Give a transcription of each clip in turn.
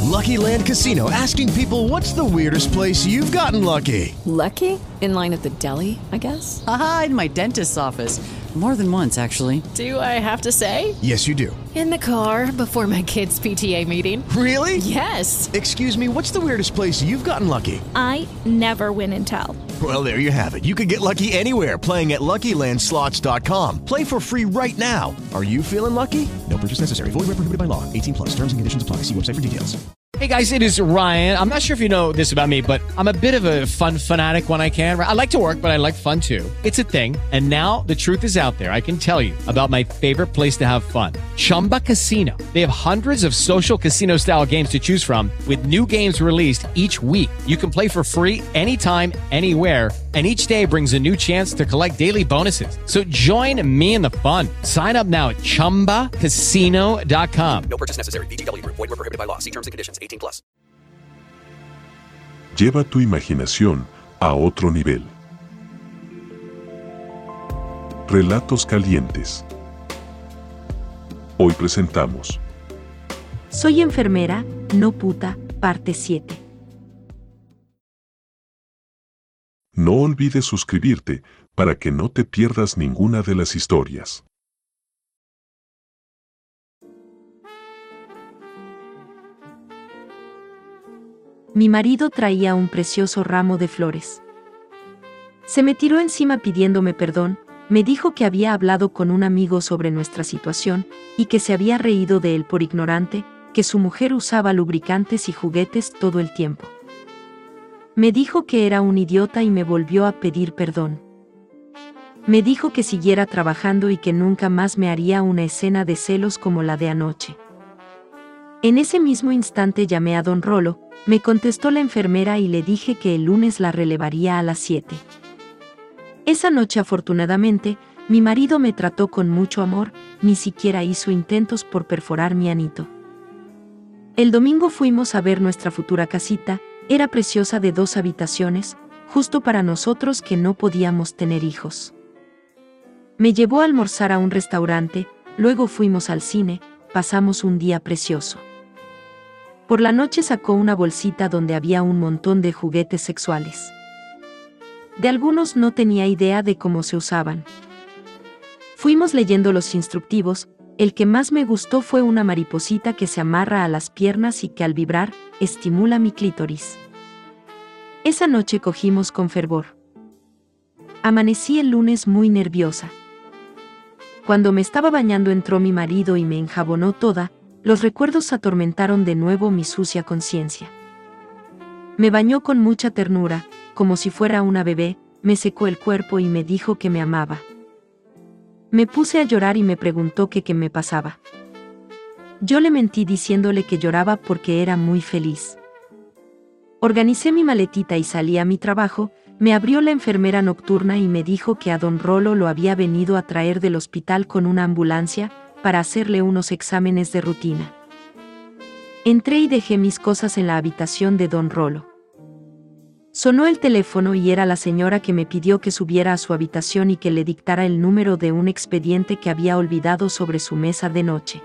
Lucky Land Casino, asking people, what's the weirdest place you've gotten lucky? Lucky? In line at the deli, I guess? Aha, in my dentist's office. More than once, actually. Do I have to say? Yes, you do. In the car before my kids' PTA meeting. Really? Yes. Excuse me, what's the weirdest place you've gotten lucky? I never win and tell. Well, there you have it. You can get lucky anywhere, playing at LuckyLandSlots.com. Play for free right now. Are you feeling lucky? No purchase necessary. Void where prohibited by law. 18 plus. Terms and conditions apply. See website for details. Hey guys, it is Ryan. I'm not sure if you know this about me, but I'm a bit of a fun fanatic when I can. I like to work, but I like fun too. It's a thing. And now the truth is out there. I can tell you about my favorite place to have fun. Chumba Casino. They have hundreds of social casino style games to choose from with new games released each week. You can play for free anytime, anywhere. And each day brings a new chance to collect daily bonuses. So join me in the fun. Sign up now at ChumbaCasino.com. No purchase necessary. VGW Group. Void where prohibited by law. See terms and conditions. 18 plus. Lleva tu imaginación a otro nivel. Relatos calientes. Hoy presentamos Soy enfermera, no puta, parte 7. No olvides suscribirte para que no te pierdas ninguna de las historias. Mi marido traía un precioso ramo de flores. Se me tiró encima pidiéndome perdón, me dijo que había hablado con un amigo sobre nuestra situación y que se había reído de él por ignorante, que su mujer usaba lubricantes y juguetes todo el tiempo. Me dijo que era un idiota y me volvió a pedir perdón. Me dijo que siguiera trabajando y que nunca más me haría una escena de celos como la de anoche. En ese mismo instante llamé a don Rolo, me contestó la enfermera y le dije que el lunes la relevaría a las 7. Esa noche, afortunadamente, mi marido me trató con mucho amor, ni siquiera hizo intentos por perforar mi anito. El domingo fuimos a ver nuestra futura casita, era preciosa, de 2 habitaciones, justo para nosotros que no podíamos tener hijos. Me llevó a almorzar a un restaurante, luego fuimos al cine, pasamos un día precioso. Por la noche sacó una bolsita donde había un montón de juguetes sexuales. De algunos no tenía idea de cómo se usaban. Fuimos leyendo los instructivos, el que más me gustó fue una mariposita que se amarra a las piernas y que al vibrar, estimula mi clítoris. Esa noche cogimos con fervor. Amanecí el lunes muy nerviosa. Cuando me estaba bañando entró mi marido y me enjabonó toda, los recuerdos atormentaron de nuevo mi sucia conciencia. Me bañó con mucha ternura, como si fuera una bebé, me secó el cuerpo y me dijo que me amaba. Me puse a llorar y me preguntó qué me pasaba. Yo le mentí diciéndole que lloraba porque era muy feliz. Organicé mi maletita y salí a mi trabajo, me abrió la enfermera nocturna y me dijo que a don Rolo lo había venido a traer del hospital con una ambulancia para hacerle unos exámenes de rutina. Entré y dejé mis cosas en la habitación de don Rolo. Sonó el teléfono y era la señora que me pidió que subiera a su habitación y que le dictara el número de un expediente que había olvidado sobre su mesa de noche.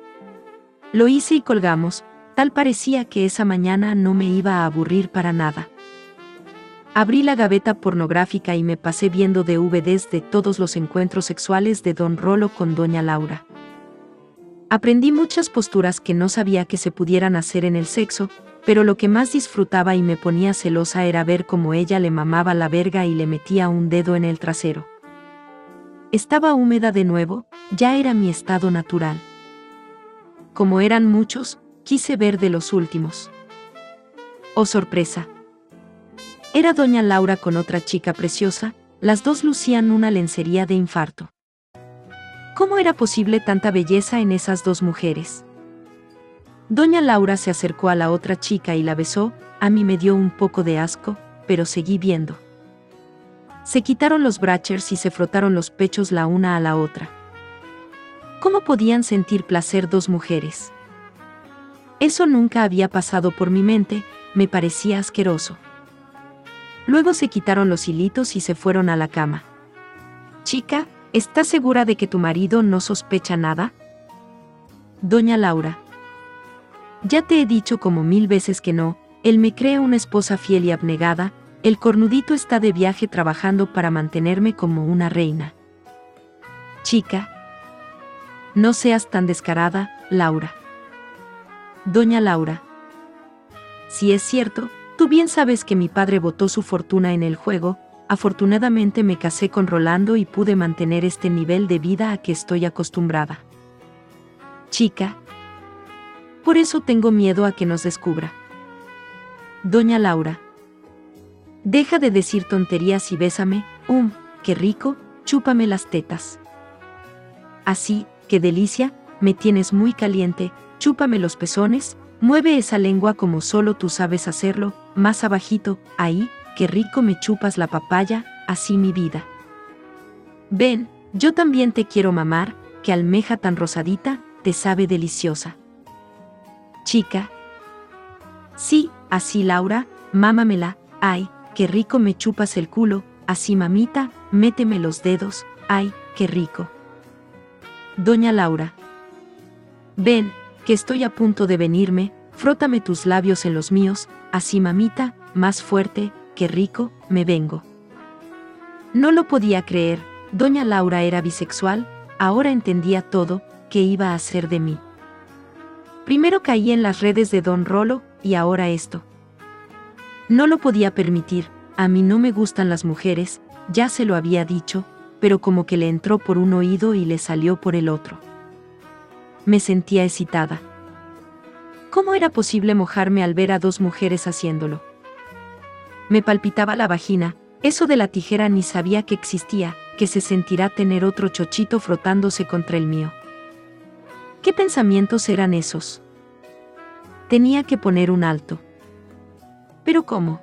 Lo hice y colgamos, tal parecía que esa mañana no me iba a aburrir para nada. Abrí la gaveta pornográfica y me pasé viendo DVDs de todos los encuentros sexuales de don Rolo con doña Laura. Aprendí muchas posturas que no sabía que se pudieran hacer en el sexo, pero lo que más disfrutaba y me ponía celosa era ver cómo ella le mamaba la verga y le metía un dedo en el trasero. Estaba húmeda de nuevo, ya era mi estado natural. Como eran muchos, quise ver de los últimos. ¡Oh, sorpresa! Era doña Laura con otra chica preciosa, las dos lucían una lencería de infarto. ¿Cómo era posible tanta belleza en esas dos mujeres? Doña Laura se acercó a la otra chica y la besó, a mí me dio un poco de asco, pero seguí viendo. Se quitaron los brachers y se frotaron los pechos la una a la otra. ¿Cómo podían sentir placer dos mujeres? Eso nunca había pasado por mi mente, me parecía asqueroso. Luego se quitaron los hilitos y se fueron a la cama. Chica, ¿estás segura de que tu marido no sospecha nada? Doña Laura. Ya te he dicho como 1000 veces que no, él me cree una esposa fiel y abnegada, el cornudito está de viaje trabajando para mantenerme como una reina. Chica, no seas tan descarada, Laura. Doña Laura. Si es cierto, tú bien sabes que mi padre botó su fortuna en el juego, afortunadamente me casé con Rolando y pude mantener este nivel de vida a que estoy acostumbrada. Chica, por eso tengo miedo a que nos descubra. Doña Laura. Deja de decir tonterías y bésame, qué rico, chúpame las tetas. Así, qué delicia, me tienes muy caliente, chúpame los pezones, mueve esa lengua como solo tú sabes hacerlo, más abajito, ahí, qué rico me chupas la papaya, así mi vida. Ven, yo también te quiero mamar, que almeja tan rosadita, te sabe deliciosa. Chica. Sí, así Laura, mámamela, ay, qué rico me chupas el culo, así mamita, méteme los dedos, ay, qué rico. Doña Laura. Ven, que estoy a punto de venirme, frótame tus labios en los míos, así mamita, más fuerte, qué rico, me vengo. No lo podía creer, doña Laura era bisexual, ahora entendía todo, qué iba a hacer de mí. Primero caí en las redes de Don Rolo, y ahora esto. No lo podía permitir, a mí no me gustan las mujeres, ya se lo había dicho, pero como que le entró por un oído y le salió por el otro. Me sentía excitada. ¿Cómo era posible mojarme al ver a dos mujeres haciéndolo? Me palpitaba la vagina, eso de la tijera ni sabía que existía, que se sentirá tener otro chochito frotándose contra el mío. ¿Qué pensamientos eran esos? Tenía que poner un alto. ¿Pero cómo?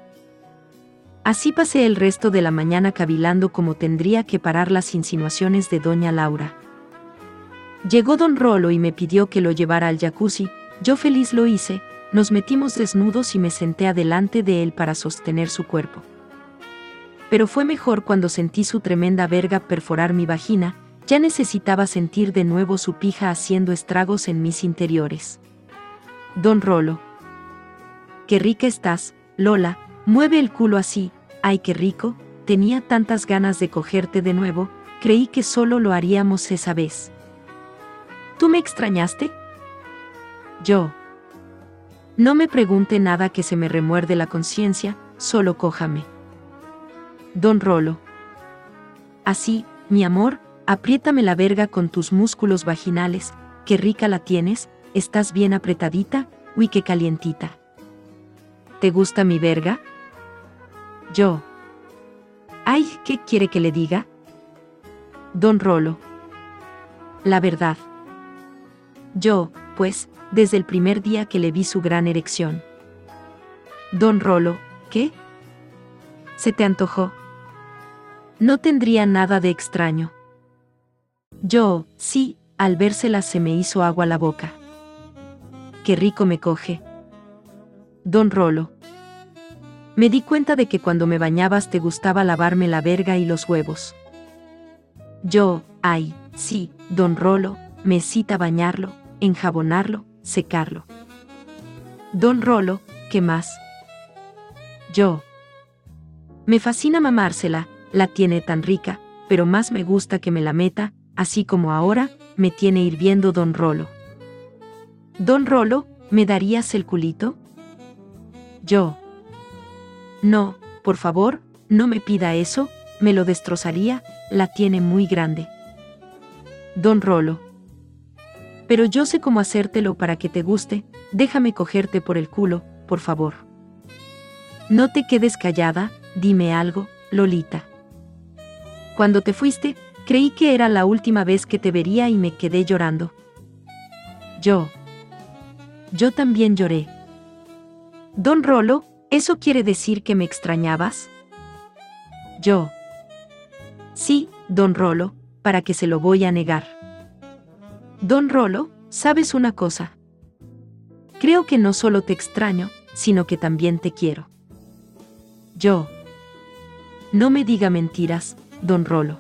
Así pasé el resto de la mañana cavilando cómo tendría que parar las insinuaciones de doña Laura. Llegó don Rolo y me pidió que lo llevara al jacuzzi, yo feliz lo hice, nos metimos desnudos y me senté adelante de él para sostener su cuerpo. Pero fue mejor cuando sentí su tremenda verga perforar mi vagina, ya necesitaba sentir de nuevo su pija haciendo estragos en mis interiores. Don Rolo. Qué rica estás, Lola, mueve el culo así, ay qué rico, tenía tantas ganas de cogerte de nuevo, creí que solo lo haríamos esa vez. ¿Tú me extrañaste? Yo. No me pregunte nada que se me remuerde la conciencia, solo cójame. Don Rolo. Así, mi amor, apriétame la verga con tus músculos vaginales, qué rica la tienes, estás bien apretadita, uy qué calientita. ¿Te gusta mi verga? Yo. Ay, ¿qué quiere que le diga? Don Rolo. La verdad. Yo, pues, desde el primer día que le vi su gran erección. Don Rolo, ¿qué? ¿Se te antojó? No tendría nada de extraño. Yo, sí, al vérsela se me hizo agua la boca. Qué rico me coge. Don Rolo. Me di cuenta de que cuando me bañabas te gustaba lavarme la verga y los huevos. Yo, ay, sí, don Rolo, me excita bañarlo, enjabonarlo, secarlo. Don Rolo, ¿qué más? Yo. Me fascina mamársela, la tiene tan rica, pero más me gusta que me la meta, así como ahora, me tiene hirviendo don Rolo. Don Rolo, ¿me darías el culito? Yo. No, por favor, no me pida eso, me lo destrozaría, la tiene muy grande. Don Rolo. Pero yo sé cómo hacértelo para que te guste, déjame cogerte por el culo, por favor. No te quedes callada, dime algo, Lolita. Cuando te fuiste, creí que era la última vez que te vería y me quedé llorando. Yo. Yo también lloré. Don Rolo, ¿eso quiere decir que me extrañabas? Yo. Sí, don Rolo, ¿para qué se lo voy a negar? Don Rolo, ¿sabes una cosa? Creo que no solo te extraño, sino que también te quiero. Yo. No me diga mentiras, don Rolo.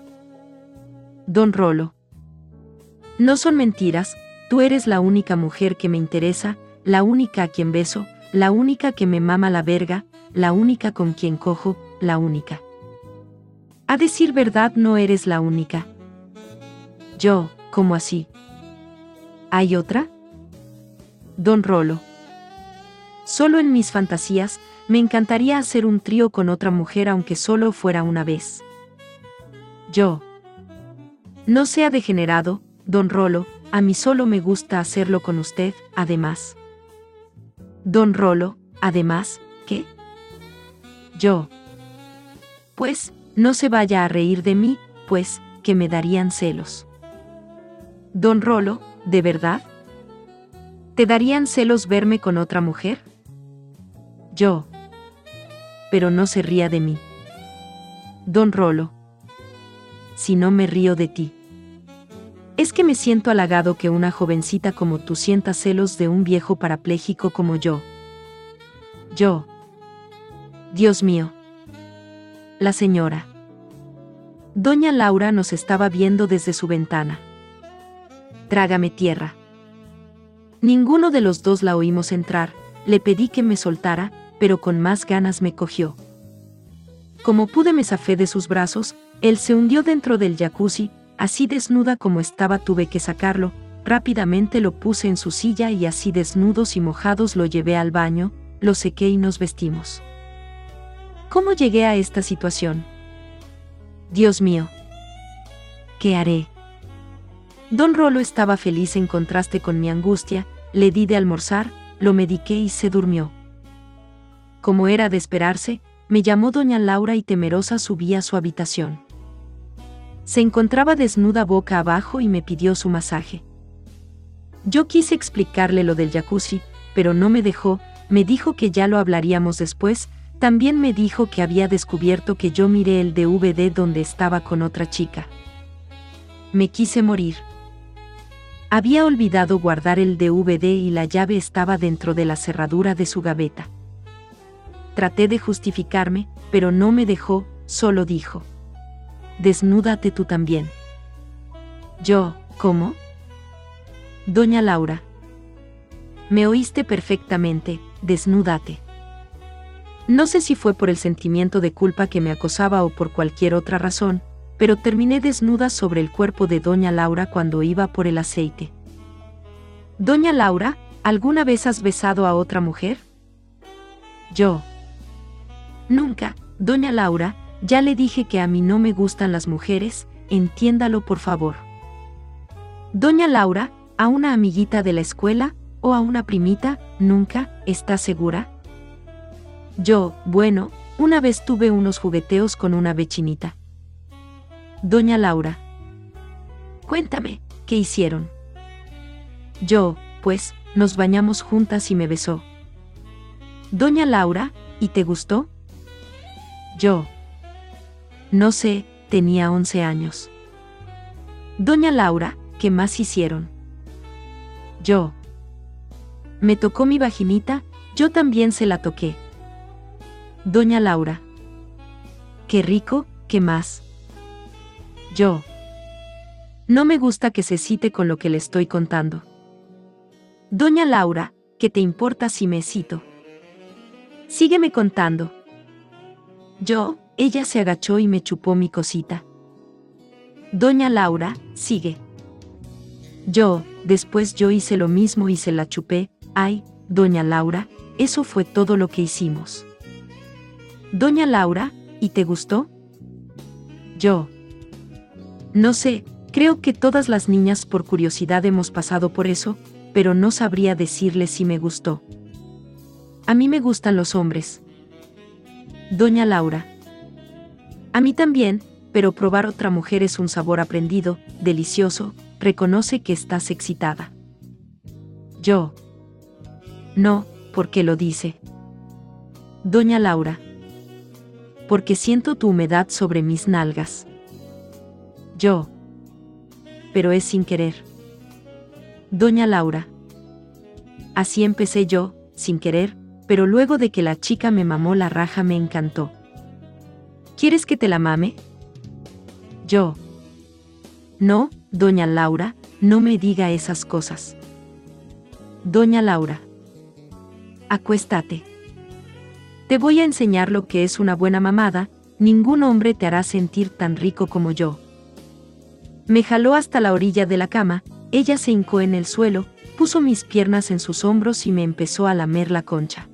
Don Rolo. No son mentiras, tú eres la única mujer que me interesa, la única a quien beso, la única que me mama la verga, la única con quien cojo, la única. A decir verdad, no eres la única. Yo, ¿cómo así? ¿Hay otra? Don Rolo. Solo en mis fantasías, me encantaría hacer un trío con otra mujer aunque solo fuera una vez. Yo. No sea degenerado, don Rolo, a mí solo me gusta hacerlo con usted, además. Don Rolo, además, ¿qué? Yo. Pues, no se vaya a reír de mí, pues, que me darían celos. Don Rolo, ¿de verdad? ¿Te darían celos verme con otra mujer? Yo. Pero no se ría de mí. Don Rolo. Si no me río de ti. Es que me siento halagado que una jovencita como tú sienta celos de un viejo parapléjico como yo. Yo. Dios mío. La señora. Doña Laura nos estaba viendo desde su ventana. Trágame tierra. Ninguno de los dos la oímos entrar, le pedí que me soltara, pero con más ganas me cogió. Como pude me zafé de sus brazos, él se hundió dentro del jacuzzi, así desnuda como estaba tuve que sacarlo, rápidamente lo puse en su silla y así desnudos y mojados lo llevé al baño, lo sequé y nos vestimos. ¿Cómo llegué a esta situación? Dios mío. ¿Qué haré? Don Rolo estaba feliz en contraste con mi angustia, le di de almorzar, lo mediqué y se durmió. Como era de esperarse, me llamó doña Laura y temerosa subí a su habitación. Se encontraba desnuda boca abajo y me pidió su masaje. Yo quise explicarle lo del jacuzzi, pero no me dejó, me dijo que ya lo hablaríamos después, también me dijo que había descubierto que yo miré el DVD donde estaba con otra chica. Me quise morir. Había olvidado guardar el DVD y la llave estaba dentro de la cerradura de su gaveta. Traté de justificarme, pero no me dejó, solo dijo: desnúdate tú también. Yo, ¿cómo? Doña Laura. Me oíste perfectamente, desnúdate. No sé si fue por el sentimiento de culpa que me acosaba o por cualquier otra razón, pero terminé desnuda sobre el cuerpo de doña Laura cuando iba por el aceite. Doña Laura, ¿alguna vez has besado a otra mujer? Yo. Nunca, doña Laura, ya le dije que a mí no me gustan las mujeres, entiéndalo por favor. Doña Laura, ¿a una amiguita de la escuela, o a una primita, nunca, estás segura? Yo, bueno, una vez tuve unos jugueteos con una vecinita. Doña Laura. Cuéntame, ¿qué hicieron? Yo, pues, nos bañamos juntas y me besó. Doña Laura, ¿y te gustó? Yo. No sé, tenía 11 años. Doña Laura, ¿qué más hicieron? Yo. Me tocó mi vaginita, yo también se la toqué. Doña Laura. Qué rico, ¿qué más? Yo. No me gusta que se cite con lo que le estoy contando. Doña Laura, ¿qué te importa si me cito? Sígueme contando. Yo, ella se agachó y me chupó mi cosita. Doña Laura, sigue. Yo, después yo hice lo mismo y se la chupé. Ay, doña Laura, eso fue todo lo que hicimos. Doña Laura, ¿y te gustó? Yo. No sé, creo que todas las niñas por curiosidad hemos pasado por eso, pero no sabría decirle si me gustó. A mí me gustan los hombres. Doña Laura. A mí también, pero probar otra mujer es un sabor aprendido, delicioso, reconoce que estás excitada. Yo. No, ¿por qué lo dice? Doña Laura. Porque siento tu humedad sobre mis nalgas. Yo. Pero es sin querer. Doña Laura. Así empecé yo, sin querer, pero luego de que la chica me mamó la raja me encantó. ¿Quieres que te la mame? Yo. No, doña Laura, no me diga esas cosas. Doña Laura. Acuéstate. Te voy a enseñar lo que es una buena mamada, ningún hombre te hará sentir tan rico como yo. Me jaló hasta la orilla de la cama, ella se hincó en el suelo, puso mis piernas en sus hombros y me empezó a lamer la concha.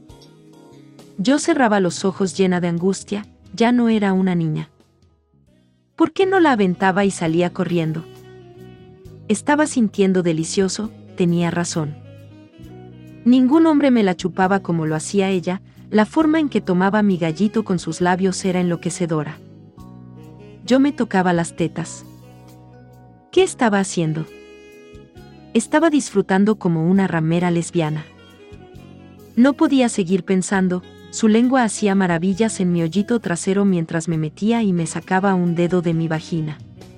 Yo cerraba los ojos llena de angustia, ya no era una niña. ¿Por qué no la aventaba y salía corriendo? Estaba sintiendo delicioso, tenía razón. Ningún hombre me la chupaba como lo hacía ella, la forma en que tomaba mi gallito con sus labios era enloquecedora. Yo me tocaba las tetas. ¿Qué estaba haciendo? Estaba disfrutando como una ramera lesbiana. No podía seguir pensando, su lengua hacía maravillas en mi hoyito trasero mientras me metía y me sacaba un dedo de mi vagina.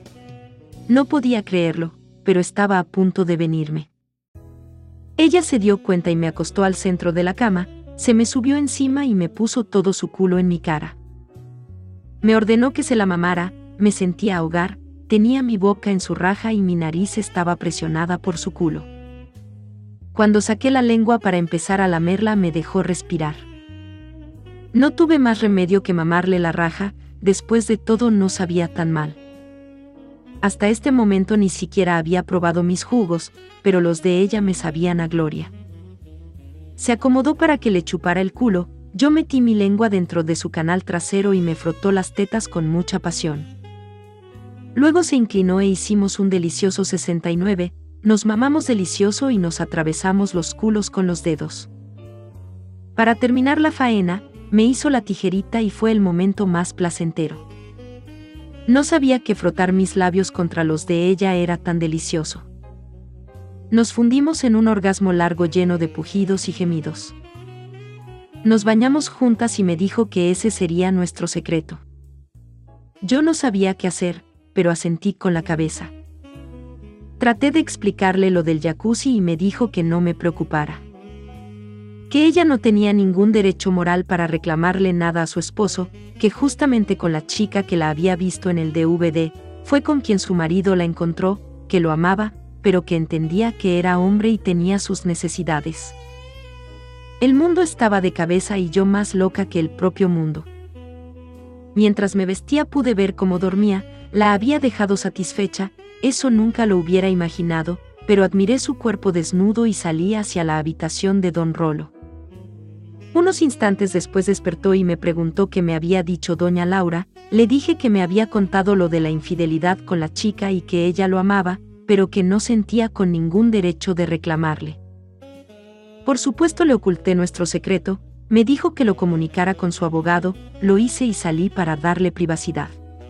No podía creerlo, pero estaba a punto de venirme. Ella se dio cuenta y me acostó al centro de la cama, se me subió encima y me puso todo su culo en mi cara. Me ordenó que se la mamara, me sentía ahogar, tenía mi boca en su raja y mi nariz estaba presionada por su culo. Cuando saqué la lengua para empezar a lamerla me dejó respirar. No tuve más remedio que mamarle la raja, después de todo no sabía tan mal. Hasta este momento ni siquiera había probado mis jugos, pero los de ella me sabían a gloria. Se acomodó para que le chupara el culo, yo metí mi lengua dentro de su canal trasero y me frotó las tetas con mucha pasión. Luego se inclinó e hicimos un delicioso 69, nos mamamos delicioso y nos atravesamos los culos con los dedos. Para terminar la faena, me hizo la tijerita y fue el momento más placentero. No sabía que frotar mis labios contra los de ella era tan delicioso. Nos fundimos en un orgasmo largo lleno de pujidos y gemidos. Nos bañamos juntas y me dijo que ese sería nuestro secreto. Yo no sabía qué hacer, pero asentí con la cabeza. Traté de explicarle lo del jacuzzi y me dijo que no me preocupara. Que ella no tenía ningún derecho moral para reclamarle nada a su esposo, que justamente con la chica que la había visto en el DVD, fue con quien su marido la encontró, que lo amaba, pero que entendía que era hombre y tenía sus necesidades. El mundo estaba de cabeza y yo más loca que el propio mundo. Mientras me vestía pude ver cómo dormía, la había dejado satisfecha, eso nunca lo hubiera imaginado, pero admiré su cuerpo desnudo y salí hacia la habitación de Don Rolo. Unos instantes después despertó y me preguntó qué me había dicho doña Laura, le dije que me había contado lo de la infidelidad con la chica y que ella lo amaba, pero que no sentía con ningún derecho de reclamarle. Por supuesto le oculté nuestro secreto, me dijo que lo comunicara con su abogado, lo hice y salí para darle privacidad.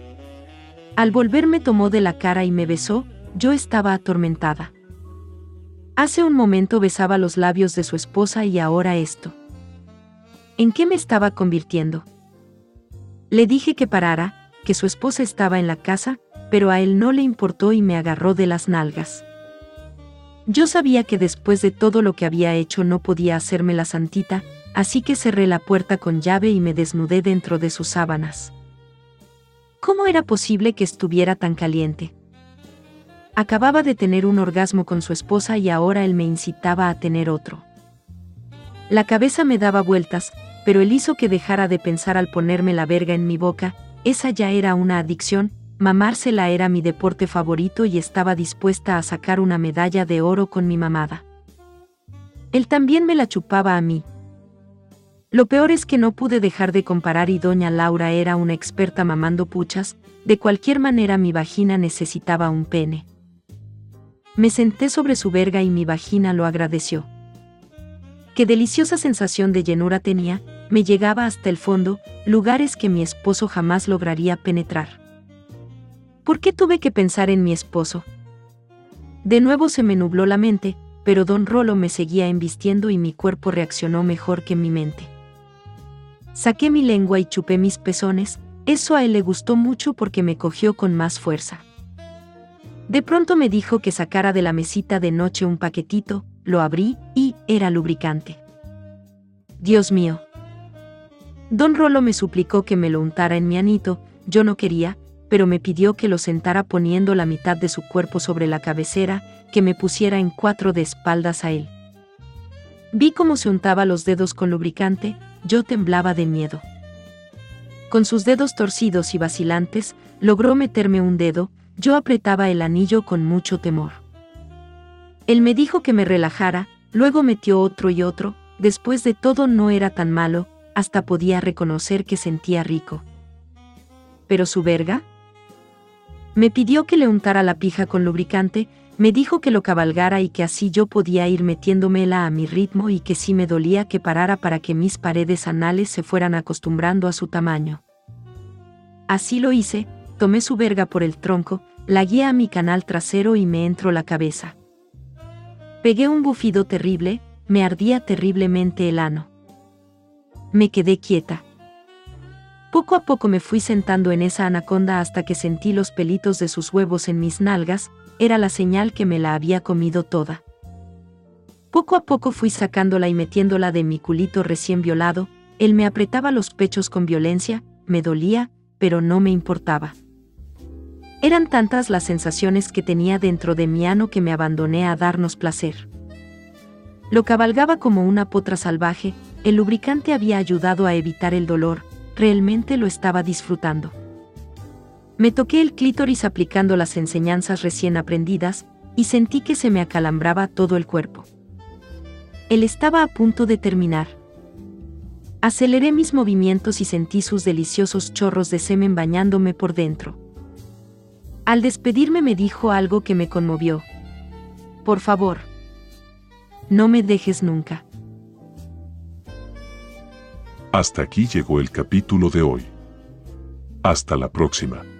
Al volver me tomó de la cara y me besó, yo estaba atormentada. Hace un momento besaba los labios de su esposa y ahora esto. ¿En qué me estaba convirtiendo? Le dije que parara, que su esposa estaba en la casa, pero a él no le importó y me agarró de las nalgas. Yo sabía que después de todo lo que había hecho no podía hacerme la santita, así que cerré la puerta con llave y me desnudé dentro de sus sábanas. ¿Cómo era posible que estuviera tan caliente? Acababa de tener un orgasmo con su esposa y ahora él me incitaba a tener otro. La cabeza me daba vueltas, pero él hizo que dejara de pensar al ponerme la verga en mi boca, esa ya era una adicción, mamársela era mi deporte favorito y estaba dispuesta a sacar una medalla de oro con mi mamada. Él también me la chupaba a mí. Lo peor es que no pude dejar de comparar y doña Laura era una experta mamando puchas, de cualquier manera mi vagina necesitaba un pene. Me senté sobre su verga y mi vagina lo agradeció. Qué deliciosa sensación de llenura tenía, me llegaba hasta el fondo, lugares que mi esposo jamás lograría penetrar. ¿Por qué tuve que pensar en mi esposo? De nuevo se me nubló la mente, pero Don Rolo me seguía embistiendo y mi cuerpo reaccionó mejor que mi mente. Saqué mi lengua y chupé mis pezones, eso a él le gustó mucho porque me cogió con más fuerza. De pronto me dijo que sacara de la mesita de noche un paquetito, lo abrí, y era lubricante. Dios mío. Don Rolo me suplicó que me lo untara en mi anito, yo no quería, pero me pidió que lo sentara poniendo la mitad de su cuerpo sobre la cabecera, que me pusiera en 4 de espaldas a él. Vi cómo se untaba los dedos con lubricante, yo temblaba de miedo. Con sus dedos torcidos y vacilantes, logró meterme un dedo, yo apretaba el anillo con mucho temor. Él me dijo que me relajara, luego metió otro y otro, después de todo no era tan malo, hasta podía reconocer que sentía rico. ¿Pero su verga? Me pidió que le untara la pija con lubricante, me dijo que lo cabalgara y que así yo podía ir metiéndomela a mi ritmo y que si me dolía que parara para que mis paredes anales se fueran acostumbrando a su tamaño. Así lo hice, tomé su verga por el tronco, la guié a mi canal trasero y me entró la cabeza. Pegué un bufido terrible, me ardía terriblemente el ano. Me quedé quieta. Poco a poco me fui sentando en esa anaconda hasta que sentí los pelitos de sus huevos en mis nalgas, era la señal que me la había comido toda. Poco a poco fui sacándola y metiéndola de mi culito recién violado, él me apretaba los pechos con violencia, me dolía, pero no me importaba. Eran tantas las sensaciones que tenía dentro de mi ano que me abandoné a darnos placer. Lo cabalgaba como una potra salvaje, el lubricante había ayudado a evitar el dolor, realmente lo estaba disfrutando. Me toqué el clítoris aplicando las enseñanzas recién aprendidas, y sentí que se me acalambraba todo el cuerpo. Él estaba a punto de terminar. Aceleré mis movimientos y sentí sus deliciosos chorros de semen bañándome por dentro. Al despedirme me dijo algo que me conmovió. Por favor, no me dejes nunca. Hasta aquí llegó el capítulo de hoy. Hasta la próxima.